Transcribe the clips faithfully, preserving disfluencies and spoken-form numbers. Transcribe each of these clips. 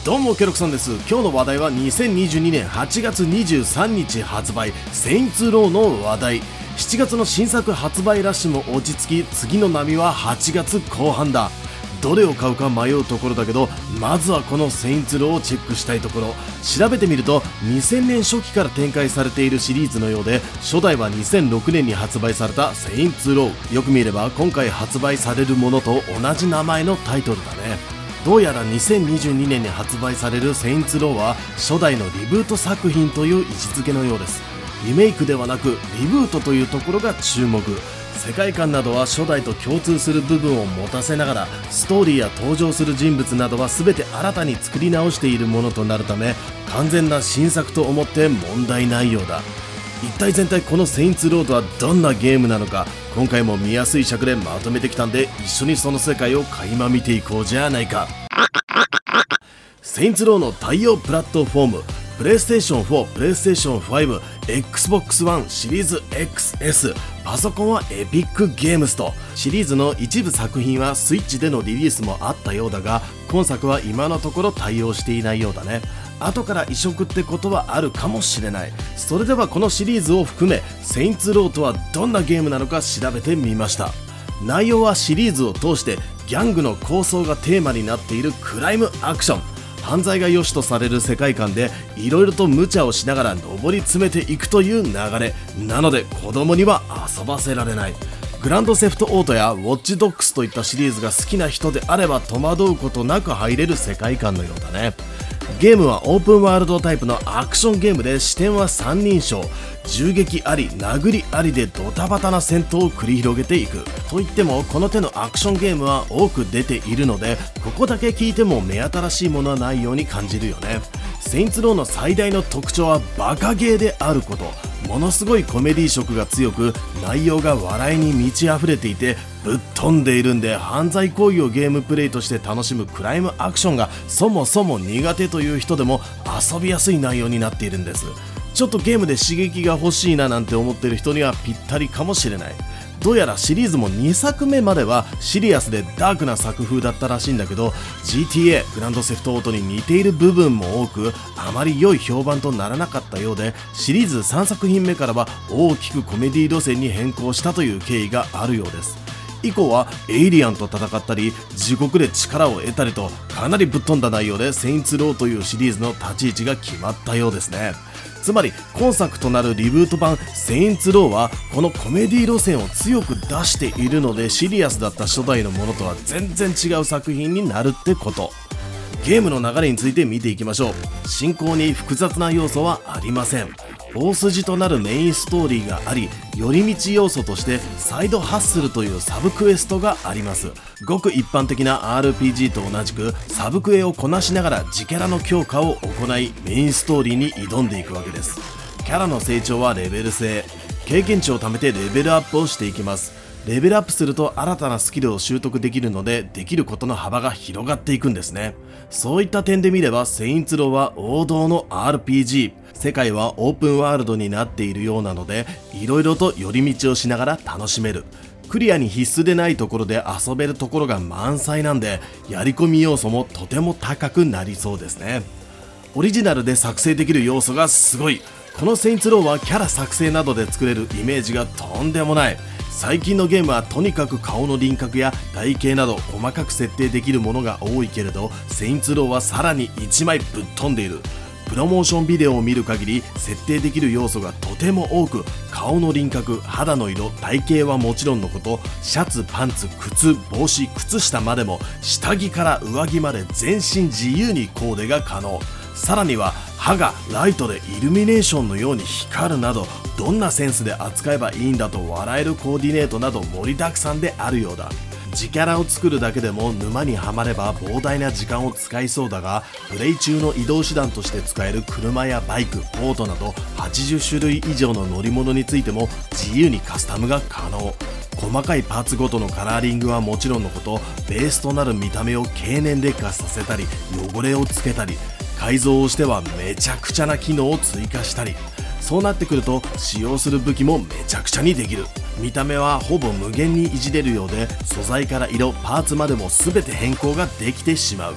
どうもケロクさんです。今日の話題はにせんにじゅうにねんはちがつにじゅうさんにち発売セインツローの話題。しちがつの新作発売ラッシュも落ち着き、次の波ははちがつこう半だ。どれを買うか迷うところだけど、まずはこのセインツローをチェックしたいところ。調べてみるとにせんねん初期から展開されているシリーズのようで、初代はにせんろくねんに発売されたセインツロー。よく見れば今回発売されるものと同じ名前のタイトルだね。どうやらにせんにじゅうにねんに発売されるセインツローは初代のリブート作品という位置づけのようです。リメイクではなくリブートというところが注目。世界観などは初代と共通する部分を持たせながら、ストーリーや登場する人物などは全て新たに作り直しているものとなるため、完全な新作と思って問題ないようだ。一体全体このセインツロードはどんなゲームなのか、今回も見やすい尺でまとめてきたんで、一緒にその世界を垣間見ていこうじゃないか。セインツローの対応プラットフォーム、プレイステーションフォー、プレイステーションファイブ、エックスボックスワン、シリーズ エックスエス、パソコンはエピックゲームスと、シリーズの一部作品はスイッチでのリリースもあったようだが、今作は今のところ対応していないようだね。後から移植ってことはあるかもしれない。それではこのシリーズを含めセインツローとはどんなゲームなのか調べてみました。内容はシリーズを通してギャングの抗争がテーマになっているクライムアクション。犯罪が良しとされる世界観でいろいろと無茶をしながら上り詰めていくという流れなので、子供には遊ばせられない。グランドセフトオートやウォッチドッグスといったシリーズが好きな人であれば戸惑うことなく入れる世界観のようだね。ゲームはオープンワールドタイプのアクションゲームで、視点は三人称、銃撃あり殴りありでドタバタな戦闘を繰り広げていく。といってもこの手のアクションゲームは多く出ているので、ここだけ聞いても目新しいものはないように感じるよね。セインツローの最大の特徴はバカゲーであること。ものすごいコメディ色が強く、内容が笑いに満ち溢れていてぶっ飛んでいるんで、犯罪行為をゲームプレイとして楽しむクライムアクションがそもそも苦手という人でも遊びやすい内容になっているんです。ちょっとゲームで刺激が欲しいななんて思っている人にはぴったりかもしれない。どうやらシリーズもにさくめまではシリアスでダークな作風だったらしいんだけど、 ジーティーエー グランドセフトオートに似ている部分も多く、あまり良い評判とならなかったようで、シリーズさんさくひんめからは大きくコメディ路線に変更したという経緯があるようです。以降はエイリアンと戦ったり地獄で力を得たりと、かなりぶっ飛んだ内容でセインツローというシリーズの立ち位置が決まったようですね。つまり今作となるリブート版セインツローはこのコメディ路線を強く出しているので、シリアスだった初代のものとは全然違う作品になるってこと。ゲームの流れについて見ていきましょう。進行に複雑な要素はありません。大筋となるメインストーリーがあり、寄り道要素としてサイドハッスルというサブクエストがあります。ごく一般的な アールピージー と同じくサブクエをこなしながら自キャラの強化を行い、メインストーリーに挑んでいくわけです。キャラの成長はレベル制、経験値を貯めてレベルアップをしていきます。レベルアップすると新たなスキルを習得できるので、できることの幅が広がっていくんですね。そういった点で見ればセインツローは王道の アールピージー。世界はオープンワールドになっているようなので、いろいろと寄り道をしながら楽しめる。クリアに必須でないところで遊べるところが満載なんで、やり込み要素もとても高くなりそうですね。オリジナルで作成できる要素がすごい。このセインツローはキャラ作成などで作れるイメージがとんでもない。最近のゲームはとにかく顔の輪郭や体型など細かく設定できるものが多いけれど、セインツローはさらにいちまいぶっ飛んでいる。プロモーションビデオを見る限り設定できる要素がとても多く、顔の輪郭、肌の色、体型はもちろんのこと、シャツ、パンツ、靴、帽子、靴下までも下着から上着まで全身自由にコーデが可能。さらには歯がライトでイルミネーションのように光るなど、どんなセンスで扱えばいいんだと笑えるコーディネートなど盛りだくさんであるようだ。自キャラを作るだけでも沼にはまれば膨大な時間を使いそうだが、プレイ中の移動手段として使える車やバイク、ボートなどはちじゅっしゅるい以上の乗り物についても自由にカスタムが可能。細かいパーツごとのカラーリングはもちろんのこと、ベースとなる見た目を経年劣化させたり、汚れをつけたり、改造をしてはめちゃくちゃな機能を追加したり、そうなってくると使用する武器もめちゃくちゃにできる。見た目はほぼ無限にいじれるようで、素材から色、パーツまでも全て変更ができてしまう。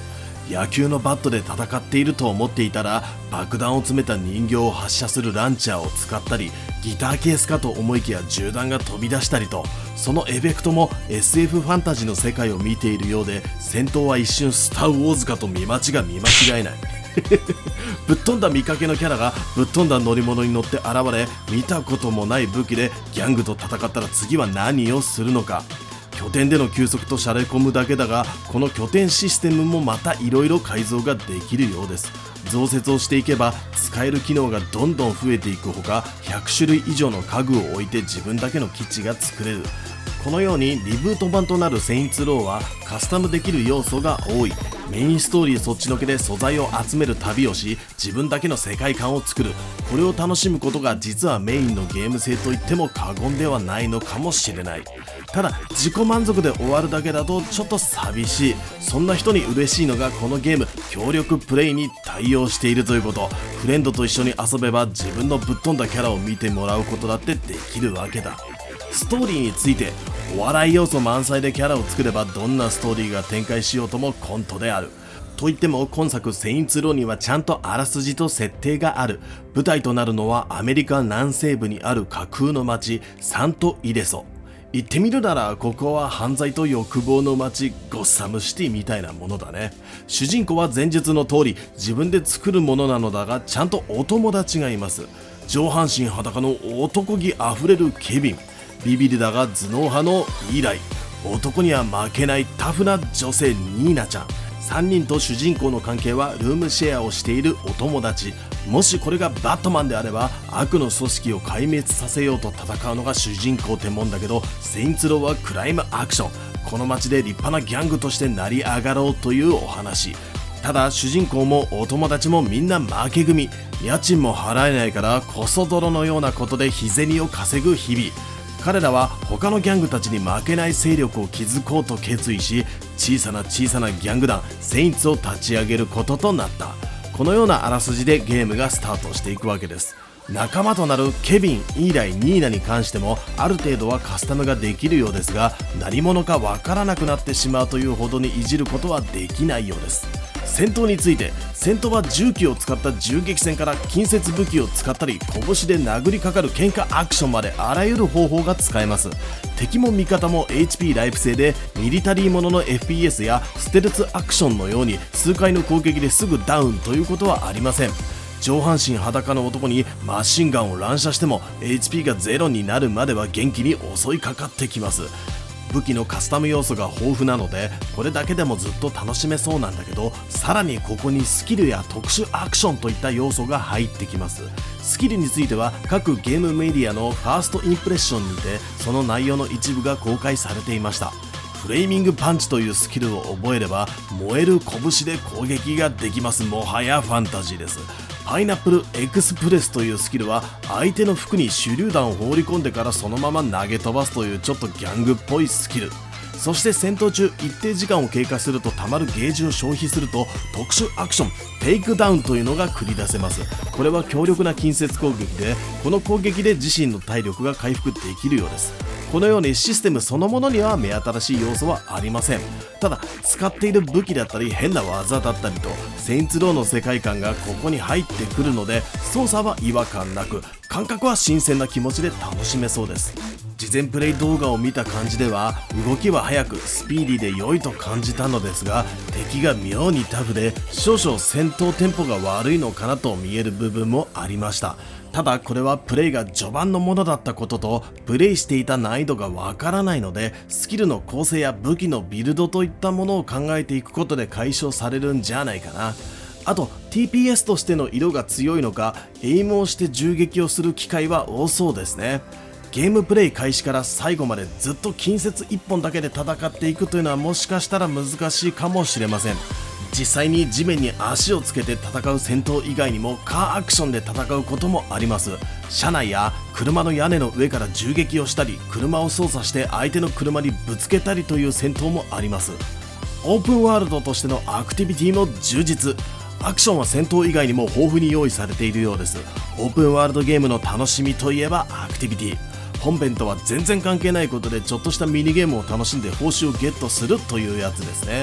野球のバットで戦っていると思っていたら爆弾を詰めた人形を発射するランチャーを使ったり、ギターケースかと思いきや銃弾が飛び出したりと、そのエフェクトも エスエフ ファンタジーの世界を見ているようで、戦闘は一瞬スター・ウォーズかと見間違い見間違えないぶっ飛んだ見かけのキャラがぶっ飛んだ乗り物に乗って現れ、見たこともない武器でギャングと戦ったら次は何をするのか。拠点での休息としゃれ込むだけだが、この拠点システムもまた色々改造ができるようです。増設をしていけば使える機能がどんどん増えていくほか、ひゃくしゅるい以上の家具を置いて自分だけの基地が作れる。このようにリブート版となるセインツローはカスタムできる要素が多い。メインストーリーそっちのけで素材を集める旅をし、自分だけの世界観を作る。これを楽しむことが実はメインのゲーム性と言っても過言ではないのかもしれない。ただ自己満足で終わるだけだとちょっと寂しい。そんな人に嬉しいのがこのゲーム協力プレイに対応しているということ。フレンドと一緒に遊べば自分のぶっ飛んだキャラを見てもらうことだってできるわけだ。ストーリーについて、お笑い要素満載でキャラを作ればどんなストーリーが展開しようともコントである。といっても今作セインツローにはちゃんとあらすじと設定がある。舞台となるのはアメリカ南西部にある架空の町サントイレソ。言ってみるならここは犯罪と欲望の街ゴッサムシティみたいなものだね。主人公は前述の通り自分で作るものなのだが、ちゃんとお友達がいます。上半身裸の男気あふれるケビン、ビビリだが頭脳派のイーライ、男には負けないタフな女性ニーナちゃん。さんにんと主人公の関係はルームシェアをしているお友達。もしこれがバットマンであれば悪の組織を壊滅させようと戦うのが主人公ってもんだけど、セインツローはクライムアクション。この街で立派なギャングとして成り上がろうというお話。ただ主人公もお友達もみんな負け組。家賃も払えないからコソ泥のようなことで日銭を稼ぐ日々。彼らは他のギャングたちに負けない勢力を築こうと決意し、小さな小さなギャング団セインツを立ち上げることとなった。このようなあらすじでゲームがスタートしていくわけです。仲間となるケビン、イーライ、ニーナに関してもある程度はカスタムができるようですが、何者かわからなくなってしまうというほどにいじることはできないようです。戦闘について、戦闘は銃器を使った銃撃戦から近接武器を使ったり拳で殴りかかる喧嘩アクションまであらゆる方法が使えます。敵も味方も エイチピー ライフ制で、ミリタリーものの エフピーエス やステルスアクションのように数回の攻撃ですぐダウンということはありません。上半身裸の男にマシンガンを乱射しても エイチピー がゼロになるまでは元気に襲いかかってきます。武器のカスタム要素が豊富なのでこれだけでもずっと楽しめそうなんだけど、さらにここにスキルや特殊アクションといった要素が入ってきます。スキルについては各ゲームメディアのファーストインプレッションにてその内容の一部が公開されていました。フレーミングパンチというスキルを覚えれば燃える拳で攻撃ができます。もはやファンタジーです。パイナップルエクスプレスというスキルは相手の服に手榴弾を放り込んでからそのまま投げ飛ばすというちょっとギャングっぽいスキル。そして戦闘中一定時間を経過するとたまるゲージを消費すると特殊アクションテイクダウンというのが繰り出せます。これは強力な近接攻撃で、この攻撃で自身の体力が回復できるようです。このようにシステムそのものには目新しい要素はありません。ただ使っている武器だったり変な技だったりとセインツローの世界観がここに入ってくるので、操作は違和感なく感覚は新鮮な気持ちで楽しめそうです。事前プレイ動画を見た感じでは動きは速くスピーディーで良いと感じたのですが、敵が妙にタフで少々戦闘テンポが悪いのかなと見える部分もありました。ただこれはプレイが序盤のものだったこととプレイしていた難易度がわからないので、スキルの構成や武器のビルドといったものを考えていくことで解消されるんじゃないかな。あと ティーピーエス としての色が強いのかエイムをして銃撃をする機会は多そうですね。ゲームプレイ開始から最後までずっと近接いっぽんだけで戦っていくというのはもしかしたら難しいかもしれません。実際に地面に足をつけて戦う戦闘以外にもカーアクションで戦うこともあります。車内や車の屋根の上から銃撃をしたり車を操作して相手の車にぶつけたりという戦闘もあります。オープンワールドとしてのアクティビティも充実。アクションは戦闘以外にも豊富に用意されているようです。オープンワールドゲームの楽しみといえばアクティビティ。本編とは全然関係ないことでちょっとしたミニゲームを楽しんで報酬をゲットするというやつですね。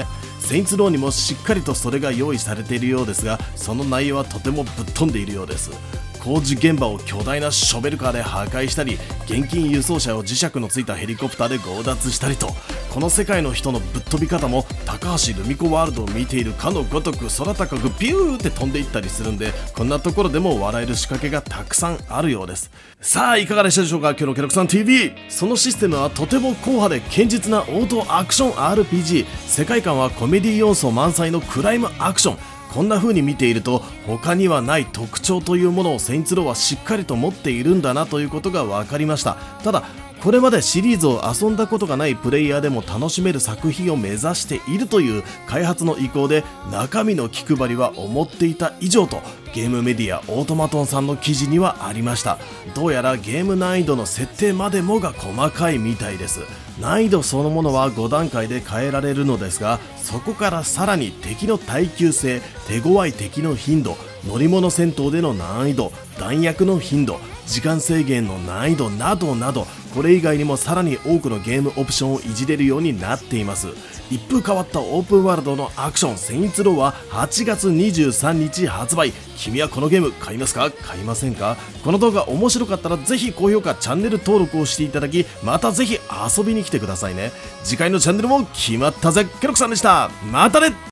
セインツローにもしっかりとそれが用意されているようですが、その内容はとてもぶっ飛んでいるようです。工事現場を巨大なショベルカーで破壊したり、現金輸送車を磁石のついたヘリコプターで強奪したりと、この世界の人のぶっ飛び方も高橋留美子ワールドを見ているかのごとく空高くピューって飛んでいったりするんで、こんなところでも笑える仕掛けがたくさんあるようです。さあいかがでしたでしょうか。今日のケロクさん ティーブイ、 そのシステムはとても硬派で堅実なオートアクション アールピージー、 世界観はコメディ要素満載のクライムアクション。こんな風に見ていると他にはない特徴というものをセインツローはしっかりと持っているんだなということが分かりました。ただこれまでシリーズを遊んだことがないプレイヤーでも楽しめる作品を目指しているという開発の意向で、中身の気配りは思っていた以上とゲームメディアオートマトンさんの記事にはありました。どうやらゲーム難易度の設定までもが細かいみたいです。難易度そのものはご段階で変えられるのですが、そこからさらに敵の耐久性、手強い敵の頻度、乗り物戦闘での難易度、弾薬の頻度、時間制限の難易度などなど、これ以外にもさらに多くのゲームオプションをいじれるようになっています。一風変わったオープンワールドのアクションセインツローははちがつにじゅうさんにち発売。君はこのゲーム買いますか、買いませんか。この動画面白かったらぜひ高評価、チャンネル登録をしていただき、またぜひ遊びに来てくださいね。次回のチャンネルも決まったぜ。ケロクさんでした。またね。